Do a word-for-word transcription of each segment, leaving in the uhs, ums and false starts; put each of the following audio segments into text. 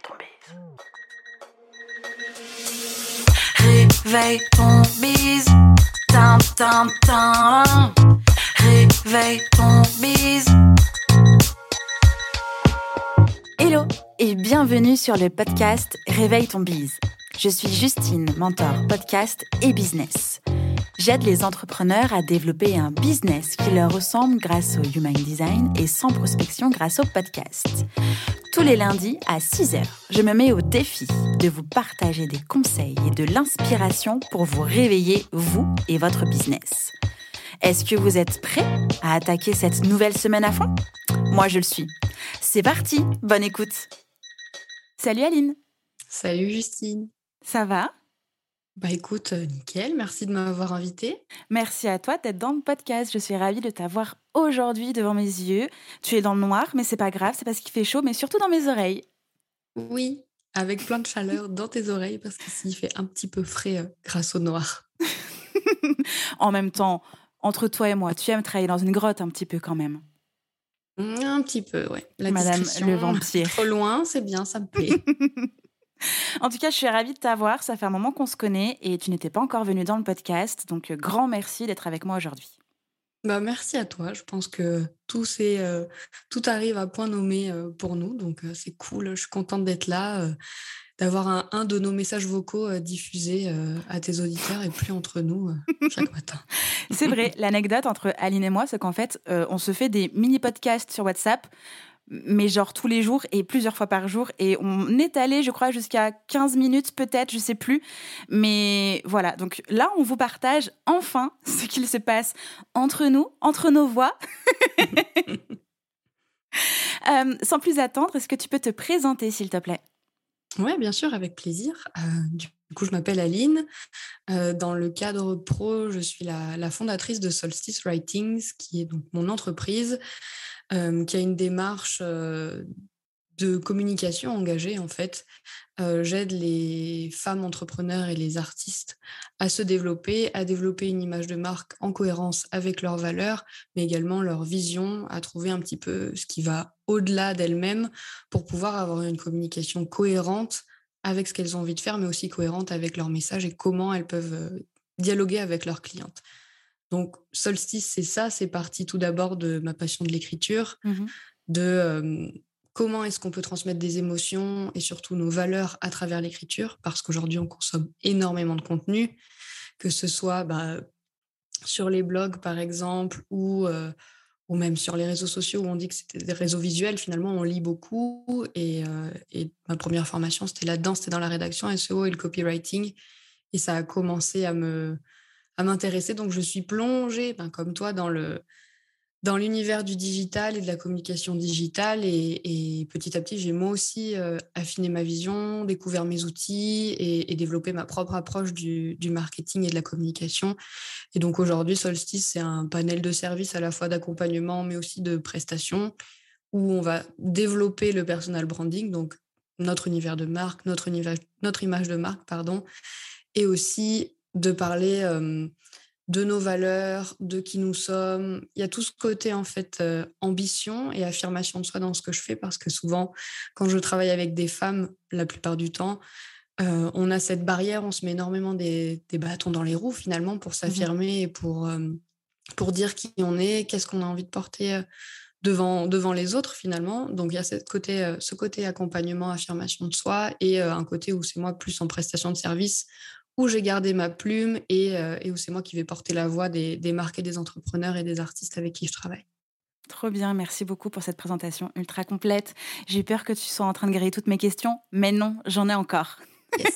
ton bise. Réveille ton bise. Tin, tin, tin. Réveille ton bise. Hello et bienvenue sur le podcast Réveille ton bise. Je suis Justine, mentor podcast et business. J'aide les entrepreneurs à développer un business qui leur ressemble grâce au Human Design et sans prospection grâce au podcast. Tous les lundis à six heures, je me mets au défi de vous partager des conseils et de l'inspiration pour vous réveiller, vous et votre business. Est-ce que vous êtes prêts à attaquer cette nouvelle semaine à fond ? Moi, je le suis. C'est parti, bonne écoute. Salut Aline. Salut Justine. Ça va ? Bah écoute, euh, nickel, merci de m'avoir invitée. Merci à toi d'être dans le podcast. Je suis ravie de t'avoir aujourd'hui devant mes yeux. Tu es dans le noir, mais c'est pas grave, c'est parce qu'il fait chaud, mais surtout dans mes oreilles. Oui, avec plein de chaleur dans tes oreilles, parce qu'ici il fait un petit peu frais euh, grâce au noir. En même temps, entre toi et moi, tu aimes travailler dans une grotte un petit peu quand même. Un petit peu, ouais. La Madame discrétion, le vampire. Trop loin, c'est bien, ça me plaît. En tout cas, je suis ravie de t'avoir. Ça fait un moment qu'on se connaît et tu n'étais pas encore venue dans le podcast. Donc, euh, grand merci d'être avec moi aujourd'hui. Bah merci à toi. Je pense que tout, c'est, euh, tout arrive à point nommé euh, pour nous, donc euh, c'est cool. Je suis contente d'être là, euh, d'avoir un, un de nos messages vocaux euh, diffusés euh, à tes auditeurs et plus entre nous euh, chaque matin. C'est vrai, l'anecdote entre Aline et moi, c'est qu'en fait, euh, on se fait des mini-podcasts sur WhatsApp, mais genre tous les jours et plusieurs fois par jour. Et on est allé, je crois, jusqu'à quinze minutes peut-être, je sais plus. Mais voilà, donc là, on vous partage enfin ce qu'il se passe entre nous, entre nos voix. euh, sans plus attendre, est-ce que tu peux te présenter, s'il te plaît ? Oui, bien sûr, avec plaisir. Euh, du coup, je m'appelle Aline. Euh, dans le cadre pro, je suis la, la fondatrice de Solstice Writings, qui est donc mon entreprise, euh, qui a une démarche euh, de communication engagée, en fait. Euh, j'aide les femmes entrepreneurs et les artistes à se développer, à développer une image de marque en cohérence avec leurs valeurs, mais également leur vision, à trouver un petit peu ce qui va au-delà d'elles-mêmes pour pouvoir avoir une communication cohérente avec ce qu'elles ont envie de faire, mais aussi cohérente avec leur message et comment elles peuvent euh, dialoguer avec leurs clientes. Donc, Solstice, c'est ça, c'est parti tout d'abord de ma passion de l'écriture, Mhm. de euh, comment est-ce qu'on peut transmettre des émotions et surtout nos valeurs à travers l'écriture, parce qu'aujourd'hui, on consomme énormément de contenu, que ce soit bah, sur les blogs, par exemple, ou, euh, ou même sur les réseaux sociaux où on dit que c'était des réseaux visuels. Finalement, on lit beaucoup. Et, euh, et ma première formation, c'était là-dedans, c'était dans la rédaction S E O et le copywriting. Et ça a commencé à me, à m'intéresser. Donc, je suis plongée, ben, comme toi, dans le dans l'univers du digital et de la communication digitale. Et, et petit à petit, j'ai moi aussi euh, affiné ma vision, découvert mes outils et, et développé ma propre approche du, du marketing et de la communication. Et donc aujourd'hui, Solstice, c'est un panel de services à la fois d'accompagnement, mais aussi de prestations, où on va développer le personal branding, donc notre univers de marque, notre, univers, notre image de marque, pardon, et aussi de parler... Euh, de nos valeurs, de qui nous sommes. Il y a tout ce côté, en fait, euh, ambition et affirmation de soi dans ce que je fais, parce que souvent, quand je travaille avec des femmes, la plupart du temps, euh, on a cette barrière, on se met énormément des, des bâtons dans les roues, finalement, pour s'affirmer mmh. et pour, euh, pour dire qui on est, qu'est-ce qu'on a envie de porter euh, devant, devant les autres, finalement. Donc, il y a cette côté, euh, ce côté accompagnement, affirmation de soi, et euh, un côté où c'est moi plus en prestation de service, où j'ai gardé ma plume et, euh, et où c'est moi qui vais porter la voix des, des marques et des entrepreneurs et des artistes avec qui je travaille. Trop bien, merci beaucoup pour cette présentation ultra complète. J'ai eu peur que tu sois en train de griller toutes mes questions, mais non, j'en ai encore. Yes.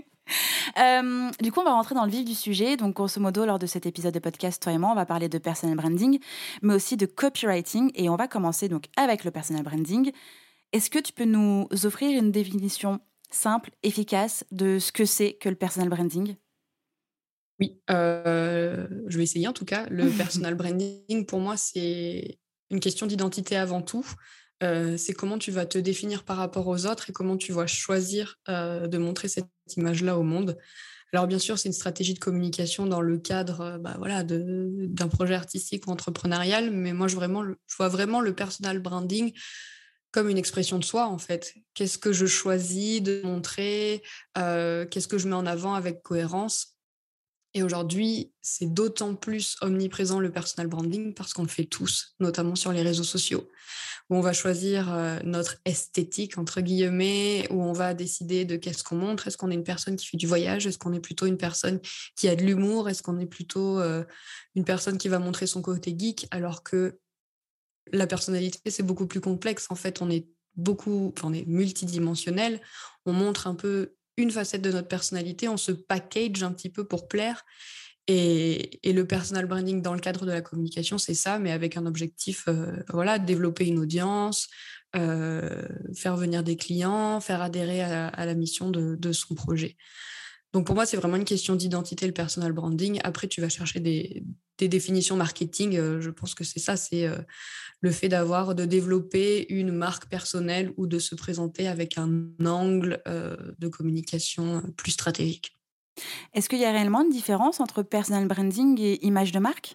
euh, du coup, on va rentrer dans le vif du sujet. Donc, grosso modo, lors de cet épisode de podcast, toi et moi, on va parler de personal branding, mais aussi de copywriting. Et on va commencer donc avec le personal branding. Est-ce que tu peux nous offrir une définition simple, efficace de ce que c'est que le personal branding ? Oui, euh, je vais essayer en tout cas. Le personal branding, pour moi, c'est une question d'identité avant tout. Euh, c'est comment tu vas te définir par rapport aux autres et comment tu vas choisir euh, de montrer cette image-là au monde. Alors bien sûr, c'est une stratégie de communication dans le cadre euh, bah, voilà, de, d'un projet artistique ou entrepreneurial, mais moi, je, vraiment, je vois vraiment le personal branding comme une expression de soi, en fait. Qu'est-ce que je choisis de montrer? Heu, qu'est-ce que je mets en avant avec cohérence? Et aujourd'hui, c'est d'autant plus omniprésent le personal branding parce qu'on le fait tous, notamment sur les réseaux sociaux, où on va choisir, heu, notre «esthétique» entre guillemets, où on va décider de qu'est-ce qu'on montre. Est-ce qu'on est une personne qui fait du voyage? Est-ce qu'on est plutôt une personne qui a de l'humour? Est-ce qu'on est plutôt, heu, une personne qui va montrer son côté geek? Alors que la personnalité, c'est beaucoup plus complexe. En fait, on est beaucoup enfin, on est multidimensionnel. On montre un peu une facette de notre personnalité, on se package un petit peu pour plaire et et le personal branding dans le cadre de la communication, c'est ça, mais avec un objectif, heu, voilà, développer une audience, heu, faire venir des clients, faire adhérer à à la mission de de son projet. Donc pour moi, c'est vraiment une question d'identité, le personal branding. Après, tu vas chercher des des définitions marketing, heu, je pense que c'est ça, c'est, heu, le fait d'avoir de développer une marque personnelle ou de se présenter avec un angle, heu, de communication, heu, plus stratégique. Est-ce qu'il y a réellement une différence entre personal branding et image de marque?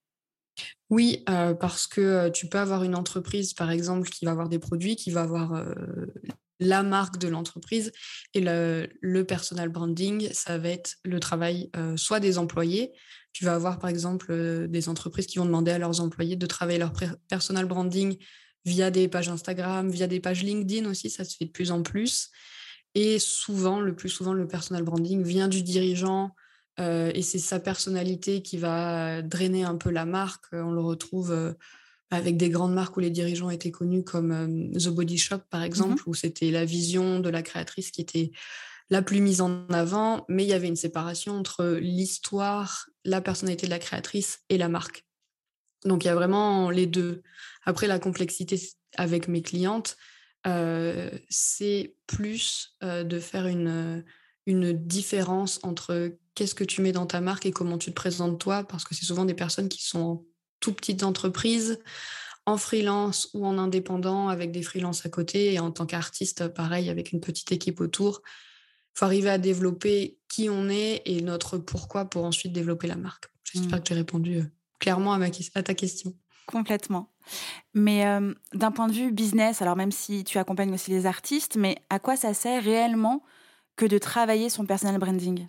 Oui, heu, parce que, heu, tu peux avoir une entreprise, par exemple, qui va avoir des produits, qui va avoir, heu, la marque de l'entreprise et le le personal branding, ça va être le travail, heu, soit des employés. Tu vas avoir, par exemple, heu, des entreprises qui vont demander à leurs employés de travailler leur pré personal branding via des pages Instagram, via des pages LinkedIn aussi, ça se fait de plus en plus et souvent, le plus souvent, le personal branding vient du dirigeant, heu et c'est sa personnalité qui va drainer un peu la marque. Heu, on le retrouve, heu, avec des grandes marques où les dirigeants étaient connus comme, hem, The Body Shop, par Mmh. exemple, où c'était la vision de la créatrice qui était la plus mise en avant, mais il y avait une séparation entre l'histoire, la personnalité de la créatrice et la marque. Donc il y a vraiment les deux. Après la complexité c avec mes clientes, heu, c'est plus, heu, de faire une, heu, une différence entre qu'est-ce que tu mets dans ta marque et comment tu te présentes toi. Parce que c'est souvent des personnes qui sont en toute petites entreprises, en freelance ou en indépendant avec des freelances à côté et en tant qu'artiste, pareil avec une petite équipe autour. Faut arriver à développer qui on est et notre pourquoi pour ensuite développer la marque. Mmh. J'espère que j'ai répondu, heu, clairement à ma ques à ta question. Complètement. Mais, hem, d'un point de vue business, alors même si tu accompagnes aussi les artistes, mais à quoi ça sert réellement que de travailler son personal branding?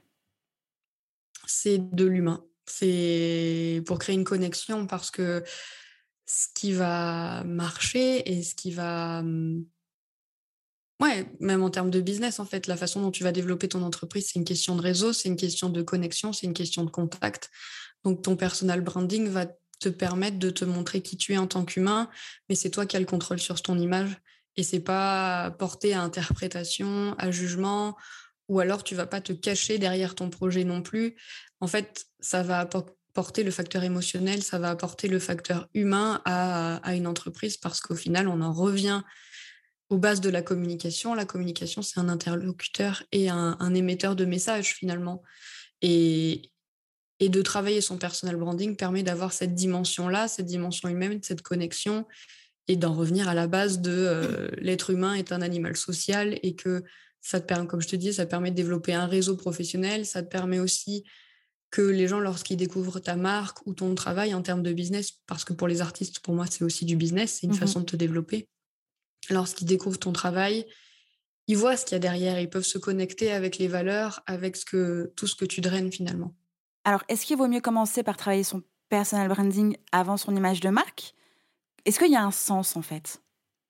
C'est de l'humain. C'est pour créer une connexion parce que ce qui va marcher et ce qui va, mmh ouais, même en termes de business, en fait, la façon dont tu vas développer ton entreprise, c'est une question de réseau, c'est une question de connexion, c'est une question de contact. Donc ton personal branding va te permettre de te montrer qui tu es en tant qu'humain, mais c'est toi qui as le contrôle sur ton image et c'est pas porté à interprétation, à jugement ou alors tu vas pas te cacher derrière ton projet non plus. En fait, ça va appor porter le facteur émotionnel, ça va apporter le facteur humain à à une entreprise parce qu'au final, on en revient aux bases de la communication. La communication, c'est un interlocuteur et un un émetteur de messages finalement et et de travailler son personal branding permet d'avoir cette dimension-là, cette dimension humaine, cette connexion et d'en revenir à la base de, heu, l'être humain est un animal social et que ça te permet comme je te disais, ça permet de développer un réseau professionnel. Ça te permet aussi que les gens, lorsqu'ils découvrent ta marque ou ton travail en termes de business, parce que pour les artistes, pour moi, c'est aussi du business, c'est une Mmh. façon de te développer. Lorsqu'ils découvrent ton travail, ils voient ce qu'il y a derrière, ils peuvent se connecter avec les valeurs, avec ce que tout ce que tu draines finalement. Alors, est-ce qu'il vaut mieux commencer par travailler son personal branding avant son image de marque? Est-ce qu'il y a un sens, en fait?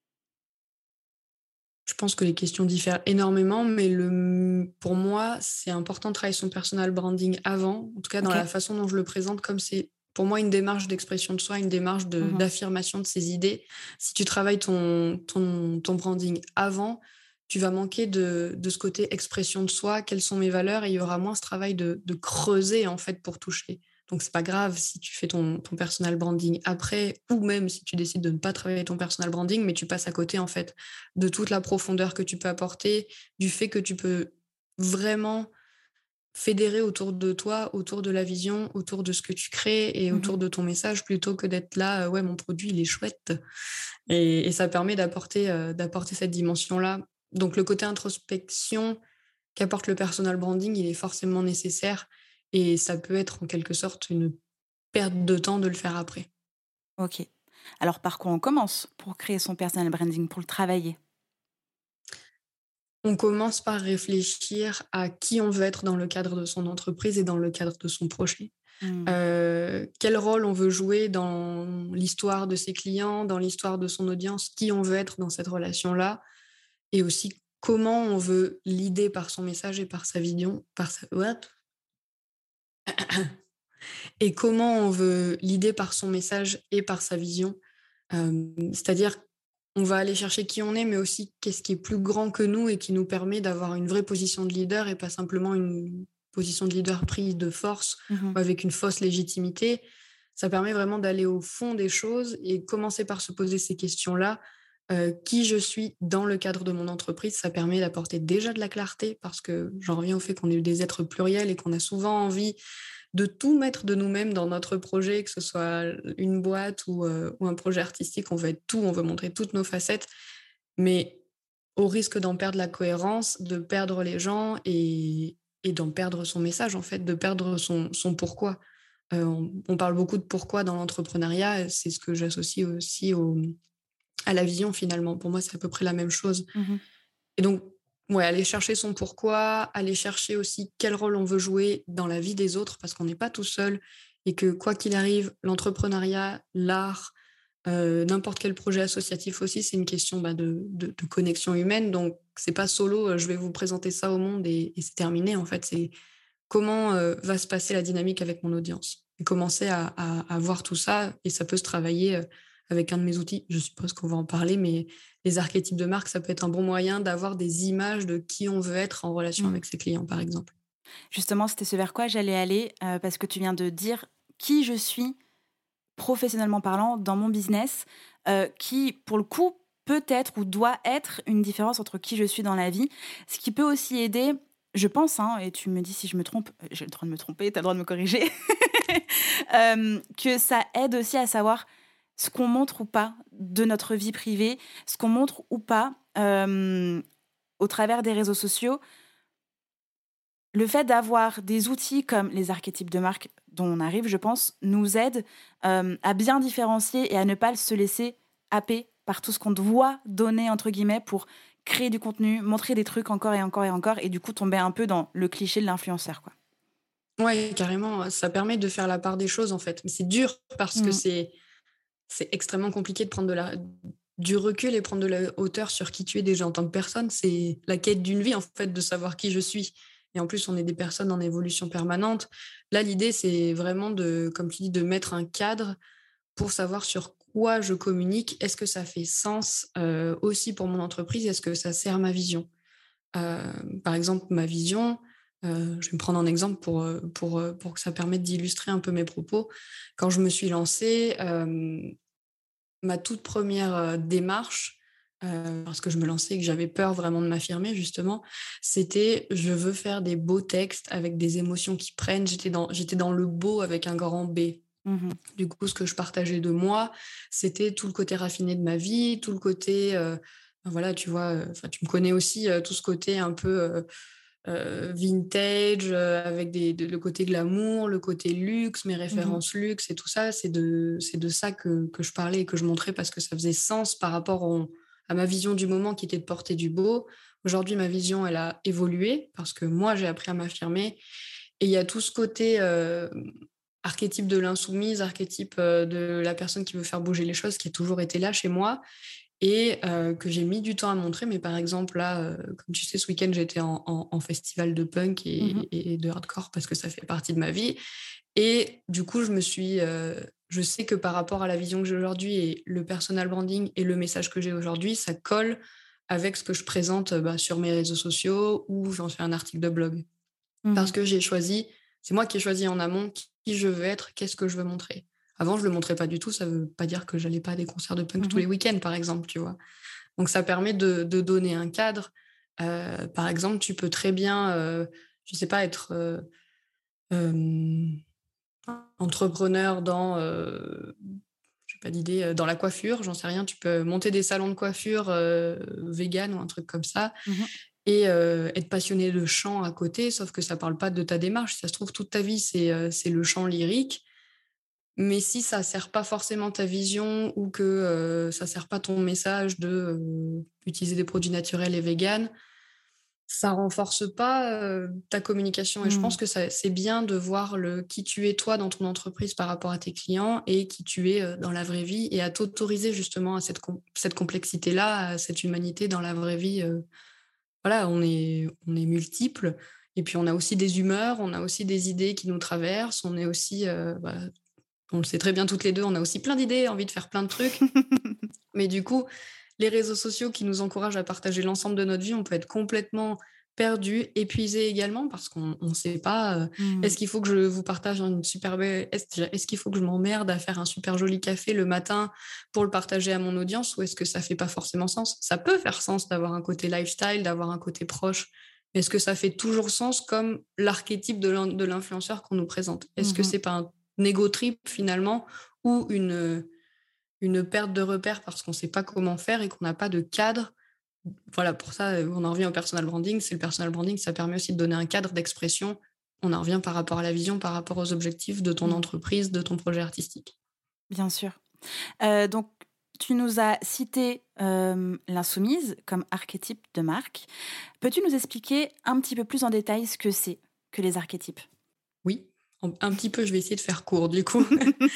Je pense que les questions diffèrent énormément, mais le pour moi, c'est important de travailler son personal branding avant, en tout cas dans la OK. façon dont je le présente, comme c'est pour moi une démarche d'expression de soi, une démarche de Mmh. d'affirmation de ses idées. Si tu travailles ton ton ton branding avant, tu vas manquer de de ce côté expression de soi, quelles sont mes valeurs et il y aura moins ce travail de de creuser en fait pour toucher. Donc c'est pas grave si tu fais ton ton personal branding après ou même si tu décides de ne pas travailler ton personal branding, mais tu passes à côté en fait de toute la profondeur que tu peux apporter, du fait que tu peux vraiment fédérer autour de toi, autour de la vision, autour de ce que tu crées et autour Mmh. de ton message plutôt que d'être là, heu: «Ouais, mon produit, il est chouette» et et ça permet d'apporter, heu, d'apporter cette dimension-là. Donc le côté introspection qu'apporte le personal branding, il est forcément nécessaire et ça peut être en quelque sorte une perte de temps de le faire après. OK. Alors, par quoi on commence pour créer son personal branding, pour le travailler? On commence par réfléchir à qui on veut être dans le cadre de son entreprise et dans le cadre de son projet. Mmh. Heu, quel rôle on veut jouer dans l'histoire de ses clients, dans l'histoire de son audience, qui on veut être dans cette relation-là et aussi comment on veut leader par son message et par sa vision, par sa what? Et comment on veut leader par son message et par sa vision. Hem, c'est-à-dire, on va aller chercher qui on est, mais aussi qu'est-ce qui est plus grand que nous et qui nous permet d'avoir une vraie position de leader et pas simplement une position de leader prise de force Mmh. ou avec une fausse légitimité. Ça permet vraiment d'aller au fond des choses et commencer par se poser ces questions-là. Heu, qui je suis dans le cadre de mon entreprise, ça permet d'apporter déjà de la clarté parce que j'en reviens au fait qu'on est des êtres pluriels et qu'on a souvent envie de tout mettre de nous-mêmes dans notre projet, que ce soit une boîte ou, heu, ou un projet artistique. On veut être tout, on veut montrer toutes nos facettes, mais au risque d'en perdre la cohérence, de perdre les gens et et d'en perdre son message, en fait, de perdre son son pourquoi. Heu, on on parle beaucoup de pourquoi dans l'entrepreneuriat et c'est ce que j'associe aussi au à la vision, finalement. Pour moi, c'est à peu près la même chose. Mmh. Et donc, ouais, aller chercher son pourquoi, aller chercher aussi quel rôle on veut jouer dans la vie des autres, parce qu'on n'est pas tout seul et que quoi qu'il arrive, l'entrepreneuriat, l'art, heu, n'importe quel projet associatif aussi, c'est une question, bah, de de de connexion humaine. Donc c'est pas solo, heu, je vais vous présenter ça au monde et et c'est terminé. En fait, c'est comment, heu, va se passer la dynamique avec mon audience? Et commencer à à à voir tout ça et ça peut se travailler, heu, avec un de mes outils. Je suppose qu'on va en parler, mais les archétypes de marque, ça peut être un bon moyen d'avoir des images de qui on veut être en relation Mmh. avec ses clients, par exemple. Justement, c'était ce vers quoi j'allais aller, heu, parce que tu viens de dire qui je suis professionnellement parlant dans mon business, heu, qui pour le coup peut être ou doit être une différence entre qui je suis dans la vie. Ce qui peut aussi aider, je pense, hein, et tu me dis si je me trompe, heu, j'ai le droit de me tromper, tu as le droit de me corriger, hem, que ça aide aussi à savoir ce qu'on montre ou pas de notre vie privée, ce qu'on montre ou pas, hem, au travers des réseaux sociaux. Le fait d'avoir des outils comme les archétypes de marque dont on arrive, je pense, nous aide, hem, à bien différencier et à ne pas se laisser happer par tout ce qu'on doit «donner» entre guillemets pour créer du contenu, montrer des trucs encore et encore et encore et du coup tomber un peu dans le cliché de l'influenceur, quoi. Ouais, carrément, ça permet de faire la part des choses, en fait. Mais c'est dur parce que Mmh. c'est c'est extrêmement compliqué de prendre de la du recul et prendre de la hauteur sur qui tu es déjà en tant que personne. C'est la quête d'une vie, en fait, de savoir qui je suis. Et en plus, on est des personnes en évolution permanente. Là, l'idée, c'est vraiment de, comme tu dis, de mettre un cadre pour savoir sur quoi je communique. Est-ce que ça fait sens euh, aussi pour mon entreprise? Est-ce que ça sert ma vision? Euh, Par exemple, ma vision, euh, je vais me prendre un exemple pour, euh, pour, euh, pour que ça permette d'illustrer un peu mes propos. Quand je me suis lancée, euh, ma toute première re démarche, heu, parce que je me lançais et que j'avais peur vraiment de m'affirmer justement, c'était: «Je veux faire des beaux textes avec des émotions qui prennent». J'étais dans j'étais dans le beau avec un grand B. Mmh. Du coup, ce que je partageais de moi, c'était tout le côté raffiné de ma vie, tout le côté, heu, ben voilà, tu vois, heu, enfin, tu me connais aussi, heu, tout ce côté un peu, heu heu, vintage, heu, avec des de le côté glamour, le côté luxe, mes Mmh. références luxe et tout ça, c'est de c'est de ça que que je parlais et que je montrais parce que ça faisait sens par rapport au à ma vision du moment qui était de porter du beau. Aujourd'hui, ma vision, elle a évolué parce que moi, j'ai appris à m'affirmer et il y a tout ce côté, hem, archétype de l'insoumise, archétype, heu, de la personne qui veut faire bouger les choses qui a toujours été là chez moi et heu, que j'ai mis du temps à montrer. Mais par exemple, là, heu, comme tu sais, ce week-end, j'étais en en en festival de punk Mmh. et et de hardcore parce que ça fait partie de ma vie et du coup, je me suis, heu, je sais que par rapport à la vision que j'ai aujourd'hui et le personal branding et le message que j'ai aujourd'hui, ça colle avec ce que je présente, heu, bah, sur mes réseaux sociaux ou j'en fais un article de blog. Parce Mmh. que j'ai choisi c'est moi qui ai choisi en amont qui je veux être, qu'est-ce que je veux montrer. Avant, je le montrais pas du tout, ça veut pas dire que j'allais pas à des concerts de punk tous Mmh. les week-ends, par exemple, tu vois? Donc ça permet de de donner un cadre. Heu, par exemple, tu peux très bien, heu, je sais pas, être, heu, hem, entrepreneur dans, heu, j'ai pas d'idée, heu, dans la coiffure, j'en sais rien. Tu peux monter des salons de coiffure, heu, véganes ou un truc comme ça Mmh. et heu, être passionné de chant à côté, sauf que ça parle pas de ta démarche. Si ça se trouve, toute ta vie, c'est, heu, c'est le chant lyrique. Mais si ça sert pas forcément ta vision ou que euh, ça sert pas ton message de euh, utiliser des produits naturels et véganes, ça renforce pas euh, ta communication. Et je pense Mmh. que ça, c'est bien de voir le qui tu es toi dans ton entreprise par rapport à tes clients et qui tu es euh, dans la vraie vie et à t'autoriser justement à cette, com- cette complexité-là, à cette humanité dans la vraie vie. euh, Voilà, on est, on est multiples. Et puis, on a aussi des humeurs, on a aussi des idées qui nous traversent. On est aussi, euh, bah, on le sait très bien toutes les deux, on a aussi plein d'idées, envie de faire plein de trucs. Mais du coup, les réseaux sociaux qui nous encouragent à partager l'ensemble de notre vie, on peut être complètement perdu, épuisé également, parce qu'on ne sait pas, euh, Mmh. est-ce qu'il faut que je vous partage une super belle... Est-ce, déjà, est-ce qu'il faut que je m'emmerde à faire un super joli café le matin pour le partager à mon audience, ou est-ce que ça fait pas forcément sens? Ça peut faire sens d'avoir un côté lifestyle, d'avoir un côté proche, mais est-ce que ça fait toujours sens comme l'archétype de l'in- de l'influenceur qu'on nous présente? Est-ce que Mmh. c'est pas un ego trip finalement, ou une une perte de repères parce qu'on ne sait pas comment faire et qu'on n'a pas de cadre. Voilà, pour ça, euh, on en revient au personal branding. C'est le personal branding, ça permet aussi de donner un cadre d'expression. On en revient par rapport à la vision, par rapport aux objectifs de ton Mmh. entreprise, de ton projet artistique. Bien sûr. Heu, donc tu nous as cité, hem, l'insoumise comme archétype de marque. Peux-tu nous expliquer un petit peu plus en détail ce que c'est que les archétypes? Oui, un un petit peu, je vais essayer de faire court du coup.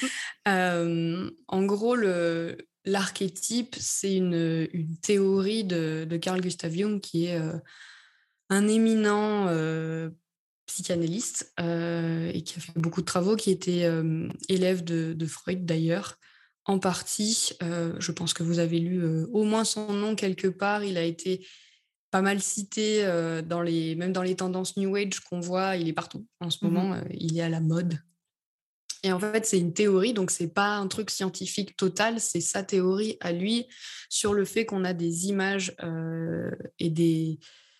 Hem, en gros, le l'archétype, c'est une, une théorie de de Carl Gustav Jung qui est, heu, un éminent, heu, psychanalyste, heu et qui a fait beaucoup de travaux, qui était, hem, élève de de Freud d'ailleurs, en partie. Heu, je pense que vous avez lu, heu, au moins son nom quelque part. Il a été pas mal cité, heu, dans les même dans les tendances new age qu'on voit, il est partout en ce Mmh. moment, heu, il est à la mode et en fait, c'est une théorie, donc c'est pas un truc scientifique total, c'est sa théorie à lui sur le fait qu'on a des images, heu et des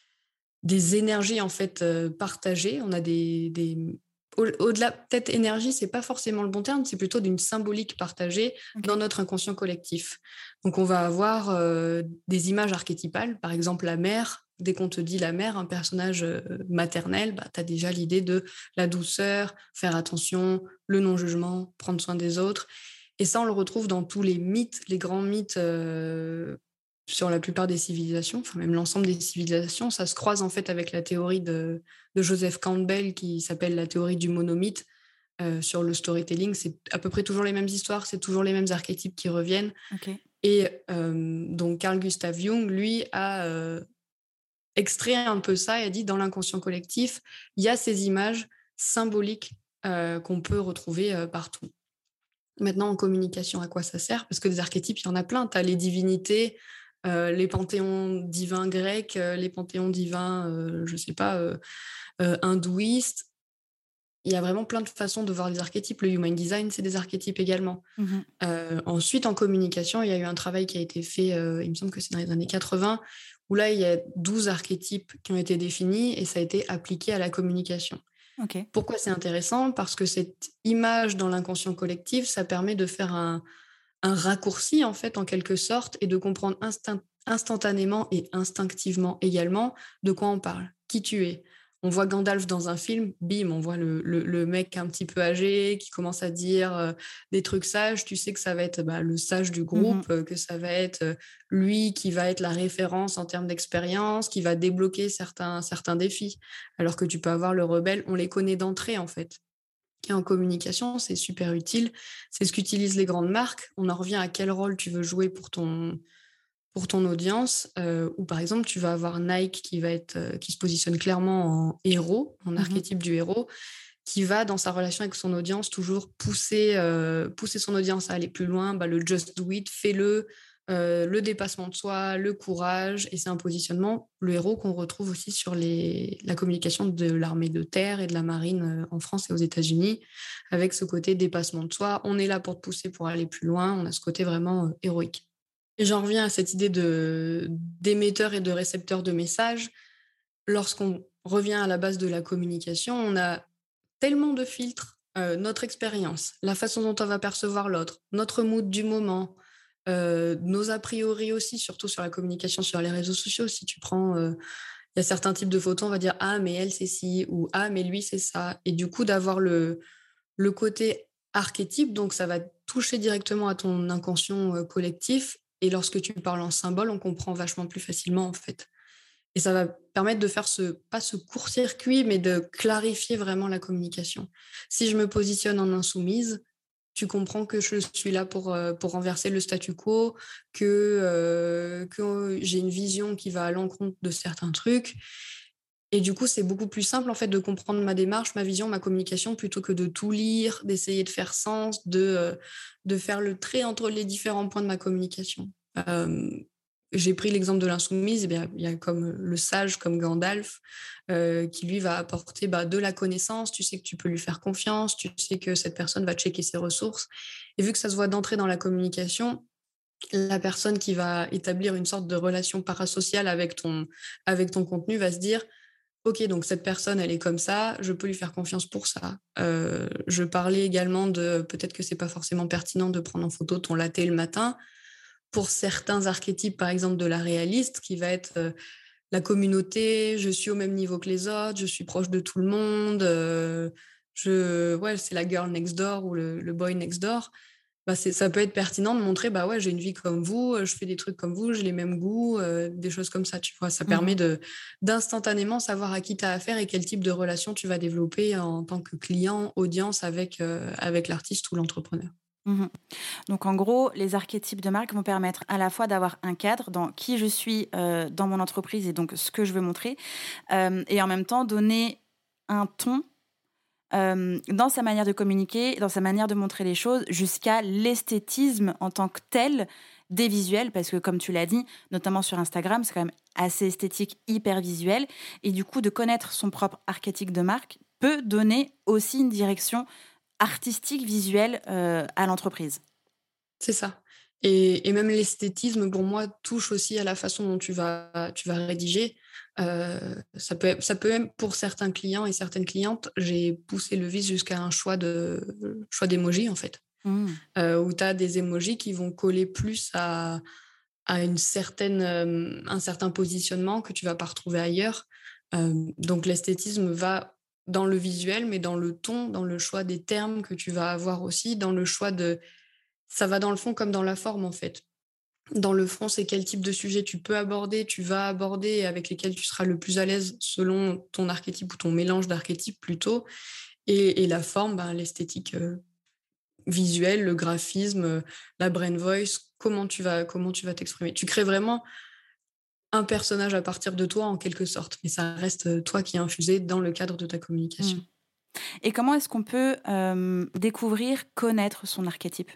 des énergies en fait, heu, partagées. On a des des au au-delà peut-être énergie, c'est pas forcément le bon terme, c'est plutôt d'une symbolique partagée dans OK. notre inconscient collectif. Donc on va avoir, heu, des images archétypales, par exemple la mère. Dès qu'on te dit la mère, un personnage, heu, maternel, bah, tu as déjà l'idée de la douceur, faire attention, le non-jugement, prendre soin des autres et ça, on le retrouve dans tous les mythes, les grands mythes, heu sur la plupart des civilisations, enfin même l'ensemble des civilisations, ça se croise en fait avec la théorie de, de Joseph Campbell qui s'appelle la théorie du monomythe euh, sur le storytelling. C'est à peu près toujours les mêmes histoires, c'est toujours les mêmes archétypes qui reviennent. OK. Et euh, donc Carl Gustav Jung, lui, a euh, extrait un peu ça et a dit dans l'inconscient collectif, il y a ces images symboliques euh, qu'on peut retrouver euh, partout. Maintenant, en communication, à quoi ça sert? Parce que des archétypes, il y en a plein. Tu as les divinités, euh, les panthéons divins grecs, euh, les panthéons divins, euh, je sais pas, euh, euh, hindouistes. Il y a vraiment plein de façons de voir les archétypes. Le human design, c'est des archétypes également. Mmh. Euh, ensuite, en communication, il y a eu un travail qui a été fait, euh, il me semble que c'est dans les années quatre-vingts, où là, il y a douze archétypes qui ont été définis et ça a été appliqué à la communication. OK. Pourquoi c'est intéressant? Parce que cette image dans l'inconscient collectif, ça permet de faire un, un raccourci, en fait, en quelque sorte, et de comprendre instinct- instantanément et instinctivement également de quoi on parle, qui tu es. On voit Gandalf dans un film, bim, on voit le, le- le mec un petit peu âgé qui commence à dire euh, des trucs sages. Tu sais que ça va être bah, le sage du Mmh. groupe, euh, que ça va être euh, lui qui va être la référence en termes d'expérience, qui va débloquer certains, certains défis. Alors que tu peux avoir le rebelle, on les connaît d'entrée en fait. Et en communication, c'est super utile. C'est ce qu'utilisent les grandes marques. On en revient à quel rôle tu veux jouer pour ton, pour ton audience. Euh, ou par exemple, tu vas avoir Nike qui, va être, euh, qui se positionne clairement en héros, en Mmh. archétype du héros, qui va, dans sa relation avec son audience, toujours pousser, euh, pousser son audience à aller plus loin. Bah, le just do it, fais-le, euh, le dépassement de soi, le courage. Et c'est un positionnement, le héros, qu'on retrouve aussi sur les, la communication de l'armée de terre et de la marine euh, en France et aux États-Unis, avec ce côté dépassement de soi. On est là pour te pousser pour aller plus loin. On a ce côté vraiment euh, héroïque. Et j'en reviens à cette idée de, d'émetteur et de récepteur de messages. Lorsqu'on revient à la base de la communication, on a tellement de filtres, euh, notre expérience, la façon dont on va percevoir l'autre, notre mood du moment, euh, nos a priori aussi, surtout sur la communication sur les réseaux sociaux. Si tu prends, euh, il y a certains types de photos, on va dire ah mais elle c'est ci ou ah mais lui c'est ça. Et du coup d'avoir le le côté archétypes, donc ça va toucher directement à ton inconscient euh, collectif. Et lorsque tu parles en symbole, on comprend vachement plus facilement, en fait. Et ça va permettre de faire ce, pas ce court-circuit, mais de clarifier vraiment la communication. Si je me positionne en insoumise, tu comprends que je suis là pour, euh, pour renverser le statu quo, que, euh, que j'ai une vision qui va à l'encontre de certains trucs. Et du coup, c'est beaucoup plus simple en fait de comprendre ma démarche, ma vision, ma communication, plutôt que de tout lire, d'essayer de faire sens, de, euh, de faire le trait entre les différents points de ma communication. Euh, j'ai pris l'exemple de l'insoumise, eh bien, il y a comme le sage, comme Gandalf, euh, qui lui va apporter bah, de la connaissance, tu sais que tu peux lui faire confiance, tu sais que cette personne va checker ses ressources. Et vu que ça se voit d'entrée dans la communication, la personne qui va établir une sorte de relation parasociale avec ton, avec ton contenu va se dire, OK, donc cette personne, elle est comme ça, je peux lui faire confiance pour ça. Heu, je parlais également de peut-être que c'est pas forcément pertinent de prendre en photo ton latte le matin. Pour certains archétypes, par exemple de la réaliste, qui va être, heu, la communauté, je suis au même niveau que les autres, je suis proche de tout le monde, heu, je ouais, c'est la girl next door ou le le boy next door. Bah, c'est ça peut être pertinent de montrer, bah, ouais, j'ai une vie comme vous, heu, je fais des trucs comme vous, j'ai les mêmes goûts, heu, des choses comme ça, tu vois? Ça permet Mmh. de d'instantanément savoir à qui tu as affaire et quel type de relation tu vas développer en tant que client, audience avec, heu, avec l'artiste ou l'entrepreneur. Mmh. Donc en gros, les archétypes de marque vont permettre à la fois d'avoir un cadre dans qui je suis, heu, dans mon entreprise et donc ce que je veux montrer, hem et en même temps donner un ton, hem, dans sa manière de communiquer, dans sa manière de montrer les choses, jusqu'à l'esthétisme en tant que tel des visuels. Parce que comme tu l'as dit, notamment sur Instagram, c'est quand même assez esthétique, hyper visuel et du coup de connaître son propre archétype de marque peut donner aussi une direction artistique, visuelle, heu, à l'entreprise. C'est ça. Et et même l'esthétisme, pour moi, touche aussi à la façon dont tu vas tu vas rédiger. Heu, ça peut être ça peut même pour certains clients et certaines clientes, j'ai poussé le vice jusqu'à un choix de choix d'émojis, en fait. Mmh. Heu, où tu as des émojis qui vont coller plus à à une certaine, hem, un certain positionnement que tu vas pas retrouver ailleurs. Hem, donc l'esthétisme va dans le visuel, mais dans le ton, dans le choix des termes que tu vas avoir aussi, dans le choix de ça va dans le fond comme dans la forme, en fait. Dans le fond, c'est quel type de sujet tu peux aborder, tu vas aborder et avec lesquels tu seras le plus à l'aise selon ton archétype ou ton mélange d'archétypes plutôt. Et et la forme, ben, l'esthétique, heu, visuelle, le graphisme, heu, la brain voice, comment tu vas comment tu vas t'exprimer. Tu crées vraiment un personnage à partir de toi en quelque sorte, mais ça reste, heu, toi qui es infusé dans le cadre de ta Mmh. communication. Et comment est-ce qu'on peut, hem, découvrir, connaître son archétype?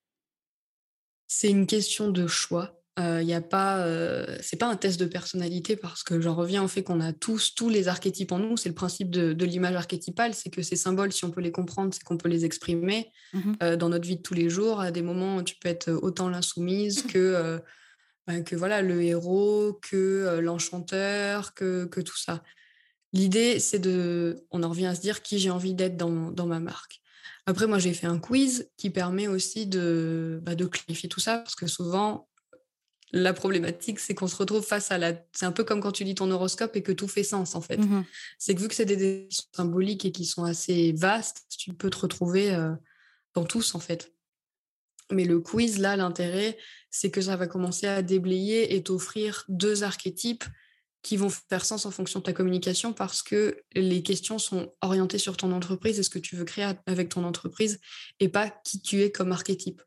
C'est une question de choix. Il y a pas, heu, c'est pas un test de personnalité parce que j'en reviens au fait qu'on a tous tous les archétypes en nous. C'est le principe de de l'image archétypale, c'est que ces symboles, si on peut les comprendre, c'est qu'on peut les exprimer, Mmh. heu, dans notre vie de tous les jours. À des moments, tu peux être autant l'insoumise que, heu, bah, que voilà, le héros, que, heu, l'enchanteur, que que tout ça. L'idée, c'est de on en revient à se dire qui j'ai envie d'être dans dans ma marque. Après, moi, j'ai fait un quiz qui permet aussi de, bah, de clarifier tout ça parce que souvent, la problématique, c'est qu'on se retrouve face à la c'est un peu comme quand tu lis ton horoscope et que tout fait sens, en fait. Mmh. C'est que vu que c'est des des symboliques et qui sont assez vastes, tu peux te retrouver, heu, dans tous, en fait. Mais le quiz, là, l'intérêt, c'est que ça va commencer à déblayer et t'offrir deux archétypes qui vont faire sens en fonction de ta communication parce que les questions sont orientées sur ton entreprise et ce que tu veux créer avec ton entreprise et pas qui tu es comme archétype.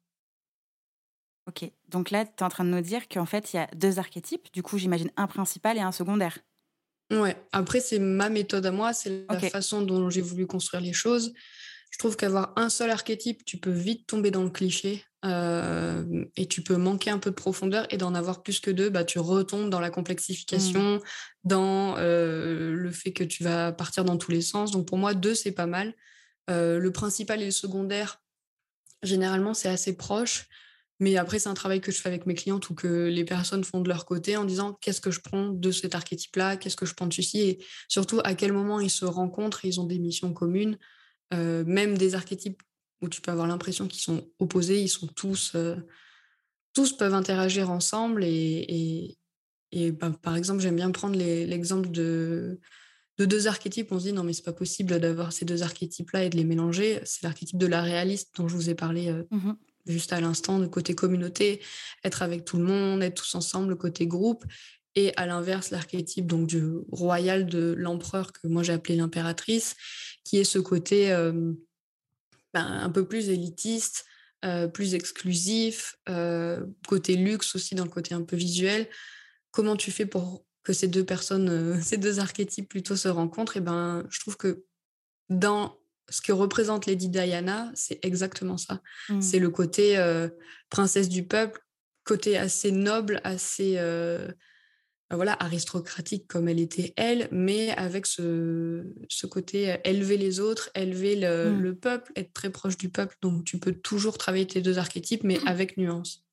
OK. Donc là, tu es en train de nous dire qu'en fait, il y a deux archétypes. Du coup, j'imagine un principal et un secondaire? Ouais, après c'est ma méthode à moi, c'est la OK. façon dont j'ai voulu construire les choses. Je trouve qu'avoir un seul archétype, tu peux vite tomber dans le cliché, hem et tu peux manquer un peu de profondeur et d'en avoir plus que deux, bah, tu retombes dans la Mmh. complexification, dans, heu, le fait que tu vas partir dans tous les sens. Donc pour moi, deux c'est pas mal. Heu, le principal et le secondaire, généralement, c'est assez proche, mais après, c'est un travail que je fais avec mes clientes ou que les personnes font de leur côté en disant: «Qu'est-ce que je prends de cet archétype-là? Qu'est-ce que je prends de celui-ci?» Et surtout, à quel moment ils se rencontrent et ils ont des missions communes. Heu, même des archétypes où tu peux avoir l'impression qu'ils sont opposés, ils sont tous, heu, tous peuvent interagir ensemble et et et bah, par exemple, j'aime bien prendre les l'exemple de de deux archétypes, on se dit: «Non, mais c'est pas possible d'avoir ces deux archétypes-là et de les mélanger». C'est l'archétype de la réaliste dont je vous ai parlé, heu, Mmh. juste à l'instant, le côté communauté, être avec tout le monde, être tous ensemble, le côté groupe et à l'inverse, l'archétype donc du royal de l'empereur que moi j'ai appelé l'impératrice, qui est ce côté, hem, ben, un peu plus élitiste, heu, plus exclusif, heu, côté luxe aussi dans le côté un peu visuel. Comment tu fais pour que ces deux personnes, heu, ces deux archétypes plutôt se rencontrent? Et ben, je trouve que dans ce que représente Lady Diana, c'est exactement ça. Mmh. C'est le côté, heu, princesse du peuple, côté assez noble, assez, heu, bah, voilà, aristocratique comme elle était elle, mais avec ce ce côté, heu, élever les autres, élever le Mmh. le peuple, être très proche du peuple. Donc tu peux toujours travailler tes deux archétypes, mais avec nuance.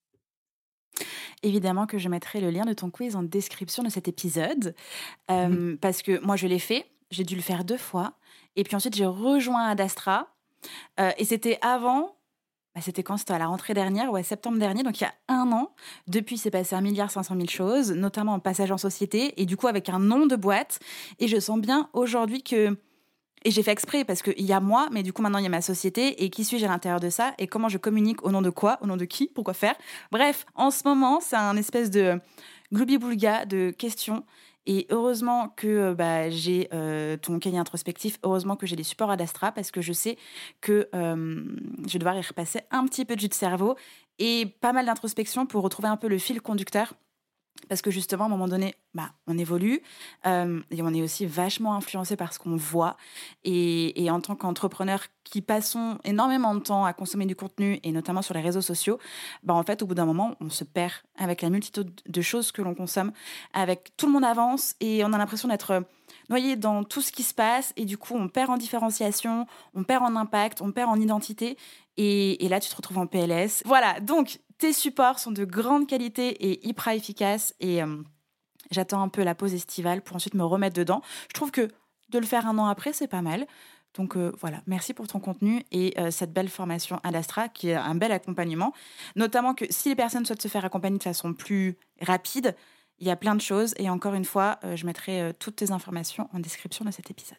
Évidemment que je mettrai le lien de ton quiz en description de cet épisode, Mmh. hem, parce que moi je l'ai fait, j'ai dû le faire deux fois et puis ensuite j'ai rejoint Ad Astra, heu et c'était avant. Bah, c'était quand? C'était à la rentrée dernière, ouais, septembre dernier, donc il y a un an. Depuis, il s'est passé un milliard cinq cent mille choses, notamment en passage en société et du coup avec un nom de boîte et je sens bien aujourd'hui que et j'ai fait exprès parce qu'il y a moi, mais du coup maintenant il y a ma société et qui suis-je à l'intérieur de ça et comment je communique, au nom de quoi, au nom de qui, pourquoi faire. Bref, en ce moment, c'est un espèce de gloubi-boulga de questions et heureusement que euh, bah, j'ai euh, ton cahier introspectif, heureusement que j'ai des supports Ad Astra parce que je sais que euh, je vais devoir y repasser un petit peu de jus de cerveau et pas mal d'introspection pour retrouver un peu le fil conducteur parce que justement, à un moment donné, bah, on évolue euh, et on est aussi vachement influencé par ce qu'on voit. Et, et en tant qu'entrepreneur qui passons énormément de temps à consommer du contenu, et notamment sur les réseaux sociaux, bah, en fait, au bout d'un moment, on se perd avec la multitude de choses que l'on consomme, avec tout le monde avance et on a l'impression d'être noyé dans tout ce qui se passe. Et du coup, on perd en différenciation, on perd en impact, on perd en identité. Et, et là, tu te retrouves en P L S. Voilà, donc tes supports sont de grande qualité et hyper efficaces. Et euh, j'attends un peu la pause estivale pour ensuite me remettre dedans. Je trouve que de le faire un an après, c'est pas mal. Donc euh, voilà, merci pour ton contenu et euh, cette belle formation à l'Astra qui est un bel accompagnement. Notamment que si les personnes souhaitent se faire accompagner de façon plus rapide, il y a plein de choses. Et encore une fois, euh, je mettrai euh, toutes tes informations en description de cet épisode.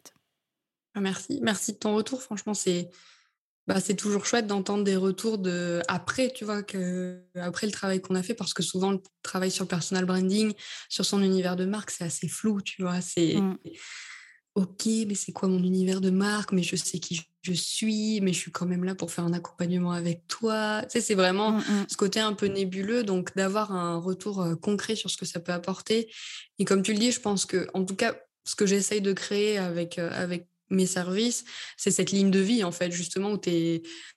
Ah merci, merci de ton retour. Franchement, c'est bah, c'est toujours chouette d'entendre des retours de après, tu vois, que après le travail qu'on a fait, parce que souvent le travail sur le personal branding, sur son univers de marque, c'est assez flou, tu vois. C'est Mm, OK, mais c'est quoi mon univers de marque? Mais je sais qui je suis, mais je suis quand même là pour faire un accompagnement avec toi. Tu sais, c'est vraiment mm, mm, ce côté un peu nébuleux, donc d'avoir un retour, heu, concret sur ce que ça peut apporter et comme tu le dis, je pense que en tout cas, ce que j'essaye de créer avec, heu, avec mes services, c'est cette ligne de vie, en fait, justement, où tu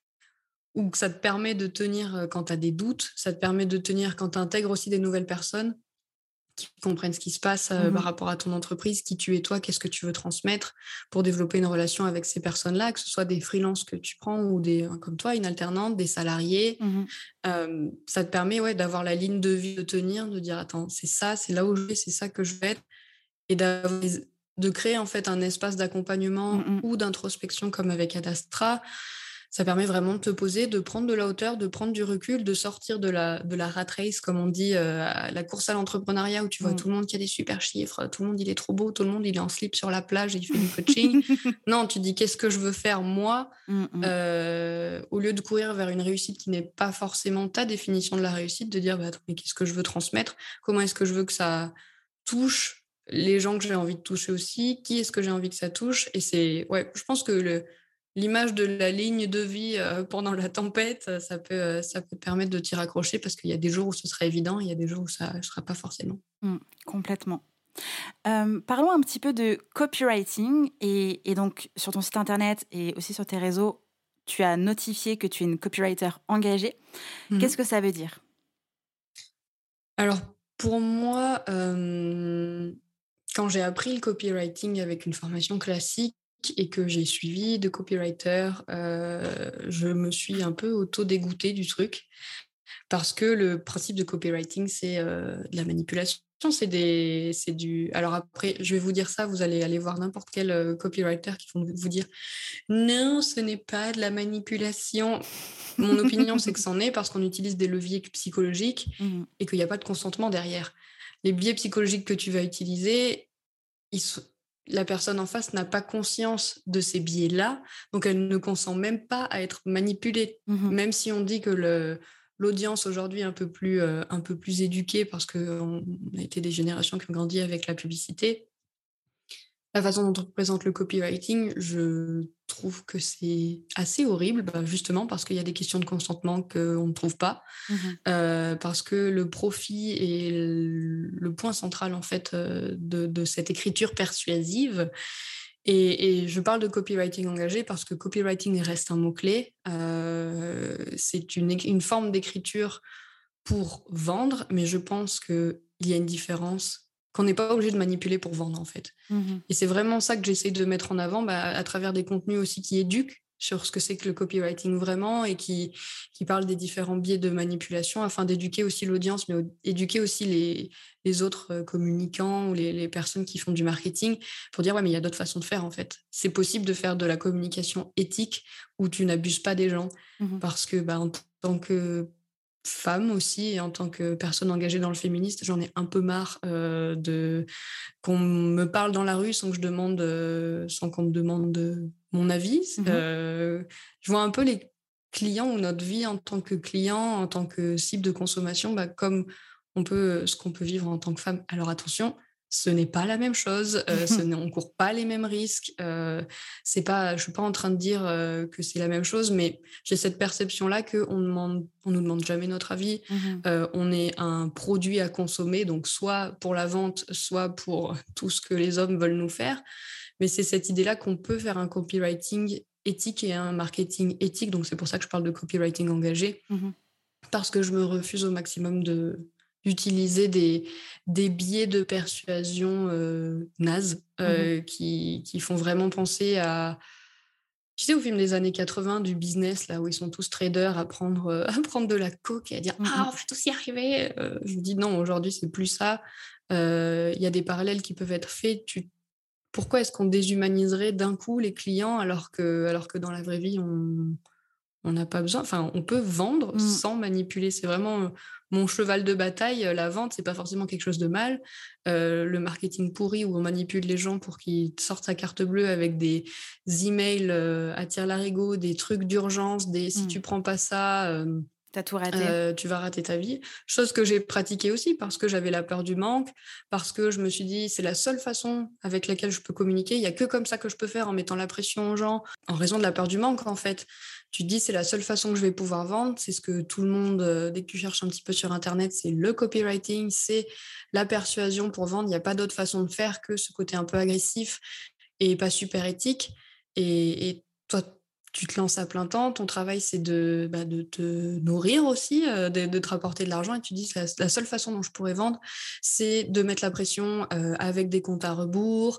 où ça te permet de tenir, heu, quand tu as des doutes, ça te permet de tenir quand tu intègres aussi des nouvelles personnes qui comprennent ce qui se passe, heu, par mhm, rapport à ton entreprise, qui tu es toi, qu'est-ce que tu veux transmettre pour développer une relation avec ces personnes-là, que ce soit des freelances que tu prends ou des, heu, comme toi, une alternante, des salariés. mhm, Hem, ça te permet, ouais, d'avoir la ligne de vie, de tenir, de dire: «Attends, c'est ça, c'est là où je vais, c'est ça que je vais être» et d'avoir des de créer, en fait, un espace mm, d'accompagnement mm. ou d'introspection comme avec Ad Astra. Ça permet vraiment de te poser, de prendre de la hauteur, de prendre du recul, de sortir de la de la rat race, comme on dit, heu, la course à l'entrepreneuriat où tu vois Mm. tout le monde qui a des super chiffres, tout le monde il est trop beau, tout le monde il est en slip sur la plage et il fait du coaching. Non, tu dis: «Qu'est-ce que je veux faire moi?» Mm, mm, heu, au lieu de courir vers une réussite qui n'est pas forcément ta définition de la réussite, de dire: «Bah, attends, mais qu'est-ce que je veux transmettre? Comment est-ce que je veux que ça touche les gens que j'ai envie de toucher aussi? Qui est-ce que j'ai envie que ça touche?» Et c'est ouais, je pense que le l'image de la ligne de vie, heu, pendant la tempête, heu, ça peut, heu, ça peut te permettre de t'y raccrocher parce qu'il y a des jours où ce sera évident, il y a des jours où ça ne sera pas forcément. mm. Complètement. Euh, parlons un petit peu de copywriting. Et, et donc, sur ton site internet et aussi sur tes réseaux, tu as notifié que tu es une copywriter engagée. Qu'est-ce Mmh. que ça veut dire? Alors pour moi, hem, quand j'ai appris le copywriting avec une formation classique et que j'ai suivi de copywriter, heu, je me suis un peu auto-dégoûtée du truc. Parce que le principe de copywriting, c'est, heu, de la manipulation, c'est des c'est du alors après, je vais vous dire ça, vous allez aller voir n'importe quel, heu, copywriter qui vont vous dire: «Non, ce n'est pas de la manipulation». Mon opinion, c'est que c'en est parce qu'on utilise des leviers psychologiques Mhm, et qu'il y a pas de consentement derrière. Les biais psychologiques que tu vas utiliser, ils sont la personne en face n'a pas conscience de ces biais-là, donc elle ne consent même pas à être manipulée. Mmh. Même si on dit que le l'audience aujourd'hui est un peu plus, heu, un peu plus éduquée parce qu'on a été des générations qui ont grandi avec la publicité. La façon dont on présente le copywriting, je trouve que c'est assez horrible, bah, justement parce qu'il y a des questions de consentement qu'on ne trouve pas, Mmh. heu, parce que le profit est l le point central, en fait, heu, de de cette écriture persuasive et et je parle de copywriting engagé parce que copywriting reste un mot-clé. Heu, c'est une éc une forme d'écriture pour vendre, mais je pense qu'il y a une différence, qu'on n'est pas obligé de manipuler pour vendre, en fait. Mmh. Et c'est vraiment ça que j'essaie de mettre en avant, bah, à travers des contenus aussi qui éduquent sur ce que c'est que le copywriting vraiment et qui qui parlent des différents biais de manipulation afin d'éduquer aussi l'audience, mais au éduquer aussi les les autres, heu, communicants ou les les personnes qui font du marketing pour dire: «Ouais, mais il y a d'autres façons de faire, en fait». C'est possible de faire de la communication éthique où tu n'abuses pas des gens Mmh. parce que, bah, en tant que femme aussi et en tant que personne engagée dans le féministe, j'en ai un peu marre, heu, de qu'on me parle dans la rue sans que je demande, heu, sans qu'on me demande, heu, mon avis. Mmh. Heu, je vois un peu les clients ou notre vie en tant que client, en tant que cible de consommation, bah, comme on peut, ce qu'on peut vivre en tant que femme. Alors attention, ce n'est pas la même chose, heu, ce n'est on court pas les mêmes risques, heu, c'est pas je suis pas en train de dire, heu, que c'est la même chose, mais j'ai cette perception-là qu'on demande on nous demande jamais notre avis. Mmh. Heu, on est un produit à consommer, donc soit pour la vente, soit pour tout ce que les hommes veulent nous faire. Mais c'est cette idée-là qu'on peut faire un copywriting éthique et un marketing éthique, donc c'est pour ça que je parle de copywriting engagé, Mmh. parce que je me refuse au maximum de d'utiliser des des biais de persuasion, heu, nazes, Mmh. heu, qui qui font vraiment penser à tu sais, au film des années quatre-vingts du business, là, où ils sont tous traders à prendre, heu, à prendre de la coke et à dire: Mmh «Ah, mh. on va tous y arriver!» heu, je me dis: «Non, aujourd'hui, c'est plus ça». Heu, il y a des parallèles qui peuvent être faits. Tu Pourquoi est-ce qu'on déshumaniserait d'un coup les clients alors que alors que dans la vraie vie, on on n'a pas besoin, enfin, on peut vendre Mmh. sans manipuler. C'est vraiment, heu, mon cheval de bataille, heu, la vente, c'est pas forcément quelque chose de mal. Heu, le marketing pourri où on manipule les gens pour qu'ils sortent sa carte bleue avec des emails, heu, à tire-larigot, des trucs d'urgence, des: «Si Mmh. tu prends pas ça, hem, Tu tout raté. heu, tu vas rater ta vie». Chose que j'ai pratiquée aussi parce que j'avais la peur du manque, parce que je me suis dit: «C'est la seule façon avec laquelle je peux communiquer. Il y a que comme ça que je peux faire en mettant la pression aux gens», en raison de la peur du manque, en fait. Tu te dis: «C'est la seule façon que je vais pouvoir vendre». C'est ce que tout le monde, heu, dès que tu cherches un petit peu sur internet, c'est le copywriting, c'est la persuasion pour vendre. Il y a pas d'autre façon de faire que ce côté un peu agressif et pas super éthique et et toi, tu te lances à plein temps. Ton travail, c'est de, bah, de te nourrir aussi, heu, de de te rapporter de l'argent et tu dis: «La la seule façon dont je pourrais vendre, c'est de mettre la pression, heu, avec des comptes à rebours».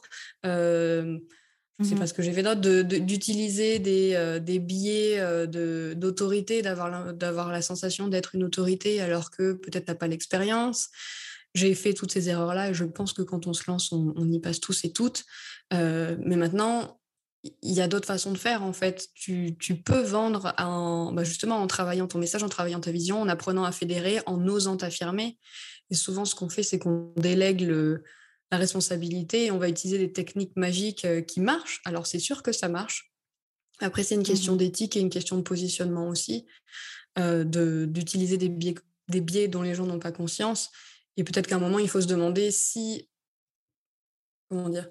hem Je sais Mmh. pas ce que j'ai fait d'autre, de de d'utiliser des, heu, des biais, heu, de d'autorité, d'avoir l'im d'avoir la sensation d'être une autorité alors que peut-être tu pas l'expérience. J'ai fait toutes ces erreurs-là et je pense que quand on se lance, on on y passe tous et toutes. Heu, mais maintenant, il il y a d'autres façons de faire, en fait. Tu tu peux vendre en bah, justement, en travaillant ton message, en travaillant ta vision, en apprenant à fédérer, en osant t'affirmer et souvent, ce qu'on fait, c'est qu'on délègue le la responsabilité et on va utiliser des techniques magiques, heu, qui marchent. Alors c'est sûr que ça marche. Après, c'est une question Mmh. d'éthique et une question de positionnement aussi, heu, de d'utiliser des biais des biais dont les gens n'ont pas conscience et peut-être qu'à un moment, il faut se demander si comment dire?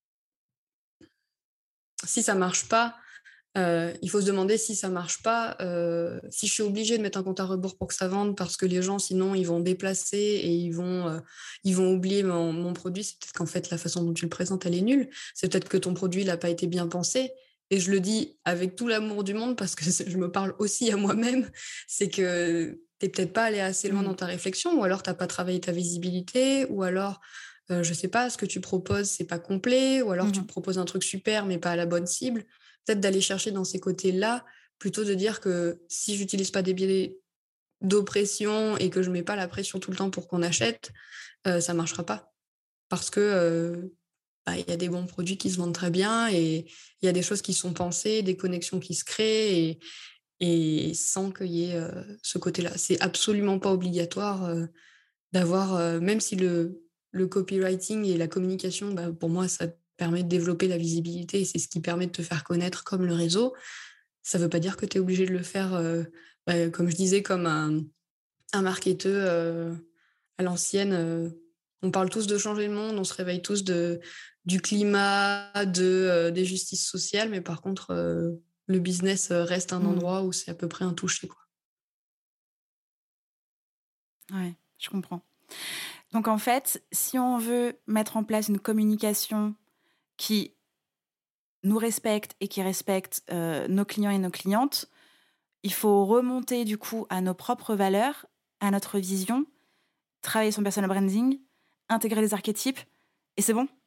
Si ça marche pas, heu, il faut se demander si ça marche pas, heu, si je suis obligée de mettre un compte à rebours pour que ça vende parce que les gens sinon ils vont déplacer et ils vont, heu, ils vont oublier mon mon produit, c'est peut-être qu'en fait la façon dont tu le présentes, elle est nulle. C'est peut-être que ton produit il a pas été bien pensé et je le dis avec tout l'amour du monde parce que c'est je me parle aussi à moi-même. C'est que tu es peut-être pas allé assez loin Mmh. dans ta réflexion ou alors tu as pas travaillé ta visibilité ou alors, heu, je sais pas, ce que tu proposes, c'est pas complet ou alors tu Mmh. proposes un truc super mais pas à la bonne cible. Peut-être d'aller chercher dans ces côtés-là, plutôt de dire que si j'utilise pas des biais d'oppression et que je mets pas la pression tout le temps pour qu'on achète, heu, ça marchera pas. Parce que, heu, bah, il y a des bons produits qui se vendent très bien et il y a des choses qui sont pensées, des connexions qui se créent et et sans qu'il y ait, heu, ce côté-là. C'est absolument pas obligatoire, heu, d'avoir, heu, même si le le copywriting et la communication, bah, pour moi, ça permet de développer la visibilité et c'est ce qui permet de te faire connaître comme le réseau. Ça ne veut pas dire que tu es obligé de le faire, euh, bah, comme je disais, comme un, un marketeur euh, à l'ancienne. Euh, on parle tous de changer le monde, on se réveille tous de, du climat, de, euh, des justices sociales, mais par contre, euh, le business reste un Mmh. endroit où c'est à peu près intouché, quoi. Ouais, je comprends. Donc en fait, si on veut mettre en place une communication qui nous respecte et qui respecte euh, nos clients et nos clientes, il faut remonter du coup à nos propres valeurs, à notre vision, travailler son personal branding, intégrer les archétypes, et c'est bon.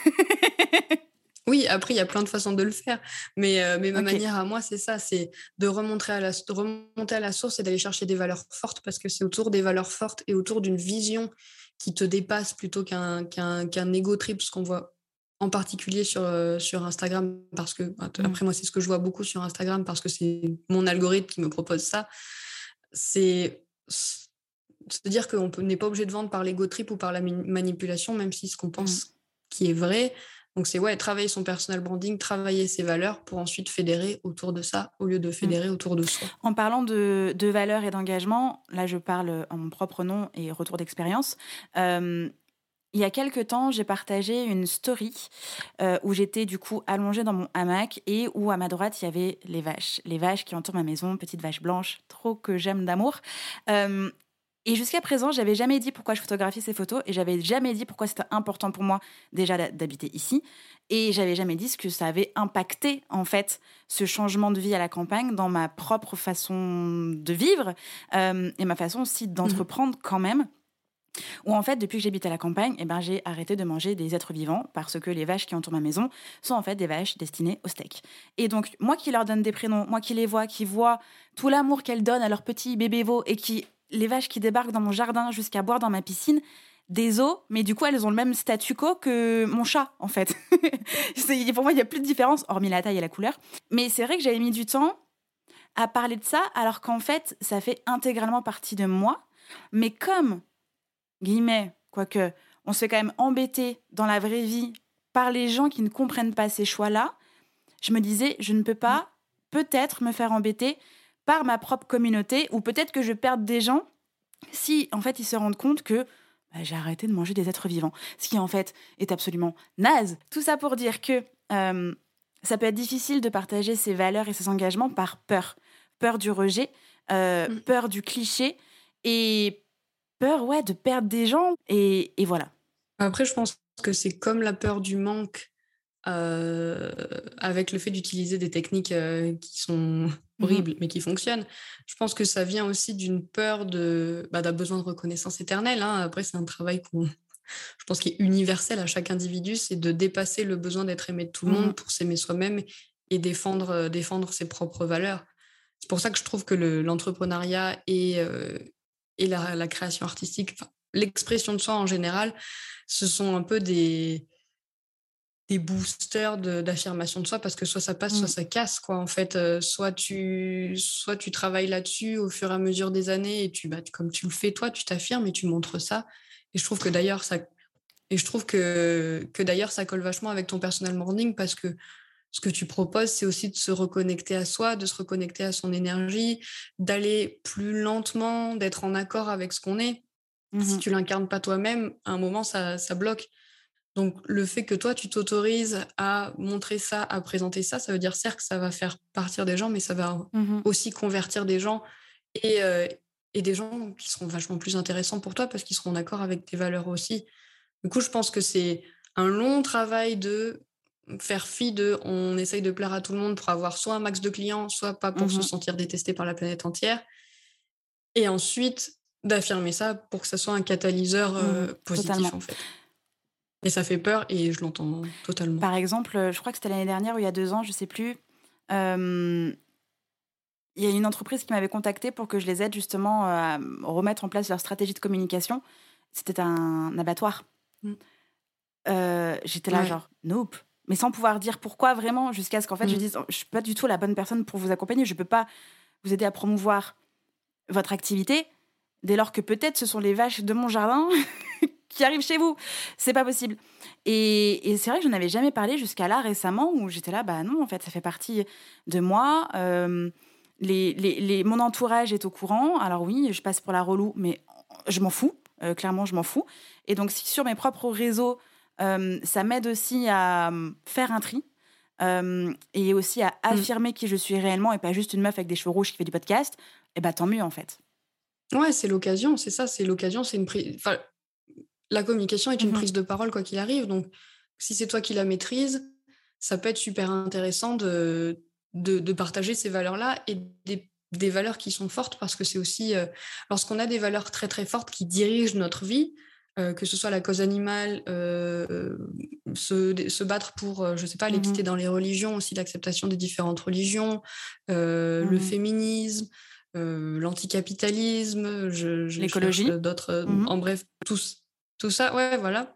Oui, après, il y a plein de façons de le faire. Mais, euh, mais ma Ok. manière à moi, c'est ça, c'est de remonter à, la, de remonter à la source et d'aller chercher des valeurs fortes parce que c'est autour des valeurs fortes et autour d'une vision qui te dépasse plutôt qu'un, qu'un, qu'un ego trip, ce qu'on voit en particulier sur, euh, sur Instagram. Parce que, Mm. après, moi, c'est ce que je vois beaucoup sur Instagram parce que c'est mon algorithme qui me propose ça. C'est se dire qu'on n'est pas obligé de vendre par l'ego trip ou par la manipulation, même si ce qu'on pense mm. qui est vrai. Donc, c'est ouais, travailler son personal branding, travailler ses valeurs pour ensuite fédérer autour de ça au lieu de fédérer mmh. autour de soi. En parlant de, de valeurs et d'engagement, là, je parle en mon propre nom et retour d'expérience. Euh, il y a quelques temps, j'ai partagé une story euh, où j'étais du coup allongée dans mon hamac et où à ma droite, il y avait les vaches. Les vaches qui entourent ma maison, petites vaches blanches, trop que j'aime d'amour. Euh, Et jusqu'à présent, j'avais jamais dit pourquoi je photographiais ces photos et j'avais jamais dit pourquoi c'était important pour moi déjà d'habiter ici et j'avais jamais dit ce que ça avait impacté en fait ce changement de vie à la campagne dans ma propre façon de vivre euh, et ma façon aussi d'entreprendre mmh. quand même. Où en fait, depuis que j'habite à la campagne, eh ben, j'ai arrêté de manger des êtres vivants parce que les vaches qui entourent ma maison sont en fait des vaches destinées au steak. Et donc, moi qui leur donne des prénoms, moi qui les vois, qui vois tout l'amour qu'elles donnent à leurs petits bébés veaux et qui les vaches qui débarquent dans mon jardin jusqu'à boire dans ma piscine, des os, mais du coup, elles ont le même statu quo que mon chat, en fait. c'est, pour moi, il n'y a plus de différence, hormis la taille et la couleur. Mais c'est vrai que j'avais mis du temps à parler de ça, alors qu'en fait, ça fait intégralement partie de moi. Mais comme, guillemets, quoique, on se fait quand même embêter dans la vraie vie par les gens qui ne comprennent pas ces choix-là, je me disais, je ne peux pas peut-être me faire embêter par ma propre communauté, ou peut-être que je perde des gens si, en fait, ils se rendent compte que bah, j'ai arrêté de manger des êtres vivants. Ce qui, en fait, est absolument naze. Tout ça pour dire que euh, ça peut être difficile de partager ses valeurs et ses engagements par peur. Peur du rejet, euh, mmh. peur du cliché, et peur, ouais, de perdre des gens. Et, et voilà. Après, je pense que c'est comme la peur du manque euh, avec le fait d'utiliser des techniques euh, qui sont horribles, mmh. mais qui fonctionnent. Je pense que ça vient aussi d'une peur de, bah, d'un besoin de reconnaissance éternelle. Hein. Après, c'est un travail qu'on, je pense, qui est universel à chaque individu, c'est de dépasser le besoin d'être aimé de tout le mmh. monde pour s'aimer soi-même et défendre, euh, défendre ses propres valeurs. C'est pour ça que je trouve que le, l'entrepreneuriat et, euh, et la, la création artistique, l'expression de soi en général, ce sont un peu des... des boosters de, d'affirmation de soi parce que soit ça passe, mmh. soit ça casse, quoi. En fait, euh, soit, tu, soit tu travailles là-dessus au fur et à mesure des années et tu, bah, tu, comme tu le fais toi, tu t'affirmes et tu montres ça. Et je trouve que d'ailleurs, ça, et je trouve que, que d'ailleurs, ça colle vachement avec ton personal branding parce que ce que tu proposes, c'est aussi de se reconnecter à soi, de se reconnecter à son énergie, d'aller plus lentement, d'être en accord avec ce qu'on est. Mmh. Si tu l'incarnes pas toi-même, à un moment, ça, ça bloque. Donc, le fait que toi, tu t'autorises à montrer ça, à présenter ça, ça veut dire certes que ça va faire partir des gens, mais ça va mmh. aussi convertir des gens et, euh, et des gens qui seront vachement plus intéressants pour toi parce qu'ils seront d'accord avec tes valeurs aussi. Du coup, je pense que c'est un long travail de faire fi de on essaye de plaire à tout le monde pour avoir soit un max de clients, soit pas pour mmh. se sentir détesté par la planète entière. Et ensuite, d'affirmer ça pour que ça soit un catalyseur euh, mmh. positif, totalement. En fait. Et ça fait peur et je l'entends totalement. Par exemple, je crois que c'était l'année dernière ou il y a deux ans, je ne sais plus. Euh, il y a une entreprise qui m'avait contactée pour que je les aide justement à remettre en place leur stratégie de communication. C'était un abattoir. Mm. Euh, j'étais là ouais. genre, nope. Mais sans pouvoir dire pourquoi vraiment, jusqu'à ce qu'en fait mm. je dise, je ne suis pas du tout la bonne personne pour vous accompagner. Je ne peux pas vous aider à promouvoir votre activité dès lors que peut-être ce sont les vaches de mon jardin qui arrive chez vous. C'est pas possible. Et, et c'est vrai que je n'en avais jamais parlé jusqu'à là récemment où j'étais là, bah non, en fait, ça fait partie de moi. Euh, les, les, les, mon entourage est au courant. Alors oui, je passe pour la relou, mais je m'en fous. Euh, clairement, je m'en fous. Et donc, si sur mes propres réseaux, euh, ça m'aide aussi à faire un tri euh, et aussi à affirmer mmh. qui je suis réellement et pas juste une meuf avec des cheveux rouges qui fait du podcast, et bah tant mieux, en fait. Ouais, c'est l'occasion, c'est ça, c'est l'occasion, c'est une prise... Enfin, la communication est une mmh. prise de parole, quoi qu'il arrive. Donc, si c'est toi qui la maîtrises, ça peut être super intéressant de, de, de partager ces valeurs-là et des, des valeurs qui sont fortes, parce que c'est aussi... Euh, lorsqu'on a des valeurs très, très fortes qui dirigent notre vie, euh, que ce soit la cause animale, euh, se, se battre pour, euh, je sais pas, l'équité mmh. dans les religions, aussi l'acceptation des différentes religions, euh, mmh. le féminisme, euh, l'anticapitalisme, je, je l'écologie, d'autres... mmh. En bref, tous... Tout ça, ouais, voilà.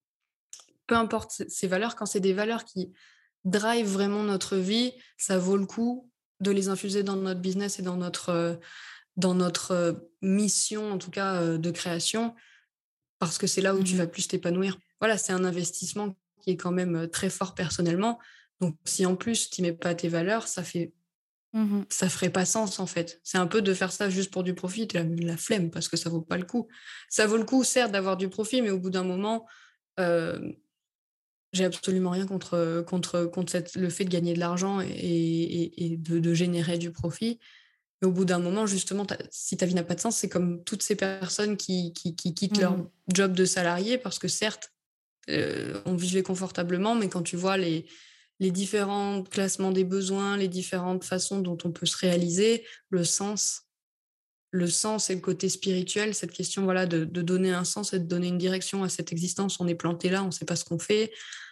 Peu importe ces valeurs, quand c'est des valeurs qui drive vraiment notre vie, ça vaut le coup de les infuser dans notre business et dans notre, euh, dans notre euh, mission, en tout cas, euh, de création, parce que c'est là où mmh. tu vas plus t'épanouir. Voilà, c'est un investissement qui est quand même très fort personnellement. Donc, si en plus, tu n'y mets pas tes valeurs, ça fait... Mmh. Ça ferait pas sens, en fait. C'est un peu de faire ça juste pour du profit, la, la flemme, parce que ça vaut pas le coup. Ça vaut le coup, certes, d'avoir du profit, mais au bout d'un moment, euh, j'ai absolument rien contre, contre, contre cette, le fait de gagner de l'argent et, et, et de, de générer du profit. Mais au bout d'un moment, justement, si ta vie n'a pas de sens, c'est comme toutes ces personnes qui, qui, qui quittent mmh. leur job de salarié, parce que certes, euh, on vivait confortablement, mais quand tu vois les... les différents classements des besoins, les différentes façons dont on peut se réaliser, le sens, le sens et le côté spirituel, cette question voilà, de, de donner un sens et de donner une direction à cette existence. On est planté là, on ne sait pas ce qu'on fait.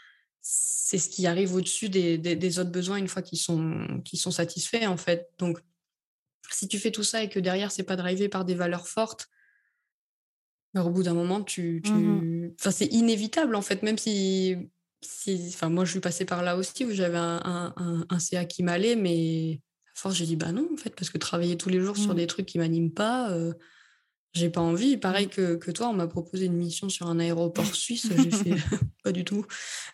C'est ce qui arrive au-dessus des, des, des autres besoins une fois qu'ils sont, qu'ils sont satisfaits, en fait. Donc, si tu fais tout ça et que derrière, ce n'est pas drivé par des valeurs fortes, alors, au bout d'un moment, tu... tu... Mmh. Enfin, c'est inévitable, en fait, même si... Si, enfin, moi, je suis passée par là aussi, où j'avais un, un, un, un C A qui m'allait, mais à force, j'ai dit, bah non, en fait, parce que travailler tous les jours mmh. sur des trucs qui ne m'animent pas, euh, j'ai pas envie. Pareil mmh. que, que toi, on m'a proposé une mission sur un aéroport suisse, j'ai fait pas du tout.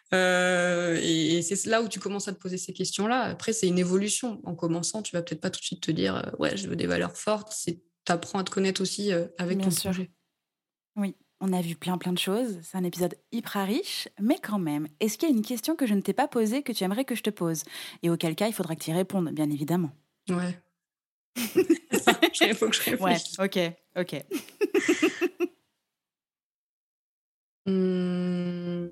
Euh, et, et c'est là où tu commences à te poser ces questions-là. Après, c'est une évolution. En commençant, tu vas peut-être pas tout de suite te dire, euh, ouais, je veux des valeurs fortes. Tu apprends à te connaître aussi euh, avec Bien ton sûr. projet. Oui. On a vu plein plein de choses, c'est un épisode hyper riche, mais quand même, est-ce qu'il y a une question que je ne t'ai pas posée que tu aimerais que je te pose ? Et auquel cas, il faudra que tu y répondes, bien évidemment. Ouais. Il faut que je réfléchisse. Ouais, ok, ok. mmh...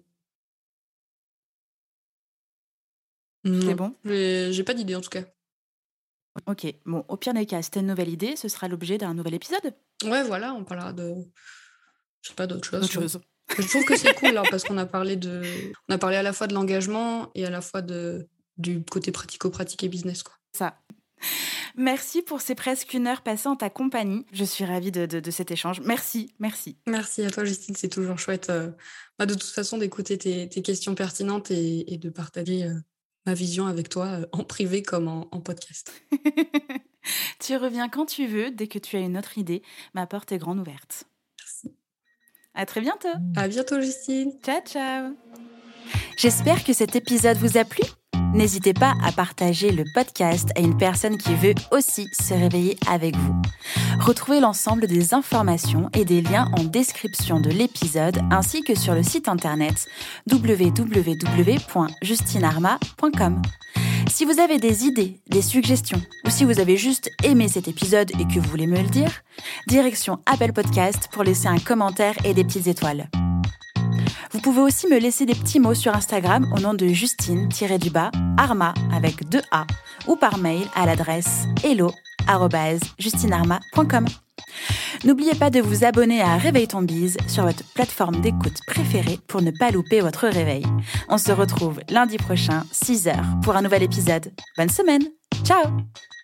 C'est bon ? j'ai, j'ai pas d'idée en tout cas. Ok, bon, au pire des cas, si t'as une nouvelle idée, ce sera l'objet d'un nouvel épisode. Ouais, voilà, on parlera de... Je sais pas, d'autres choses. D'autres choses. Je trouve que c'est cool, là, parce qu'on a parlé de... On a parlé à la fois de l'engagement et à la fois de... du côté pratico-pratique et business, quoi. Ça. Merci pour ces presque une heure passée en ta compagnie. Je suis ravie de, de, de cet échange. Merci, merci. Merci à toi, Justine. C'est toujours chouette, euh, bah, de toute façon, d'écouter tes, tes questions pertinentes et, et de partager euh, ma vision avec toi, euh, en privé comme en, en podcast. Tu reviens quand tu veux. Dès que tu as une autre idée, ma porte est grande ouverte. Merci. À très bientôt. À bientôt, Justine. Ciao, ciao. J'espère que cet épisode vous a plu. N'hésitez pas à partager le podcast à une personne qui veut aussi se réveiller avec vous. Retrouvez l'ensemble des informations et des liens en description de l'épisode ainsi que sur le site internet w w w point justine arma point com. Si vous avez des idées, des suggestions ou si vous avez juste aimé cet épisode et que vous voulez me le dire, direction Apple Podcast pour laisser un commentaire et des petites étoiles. Vous pouvez aussi me laisser des petits mots sur Instagram au nom de Justine-Arma avec deux A ou par mail à l'adresse hello arobase justine arma point com. N'oubliez pas de vous abonner à Réveille ton bise sur votre plateforme d'écoute préférée pour ne pas louper votre réveil. On se retrouve lundi prochain, six heures, pour un nouvel épisode. Bonne semaine. Ciao!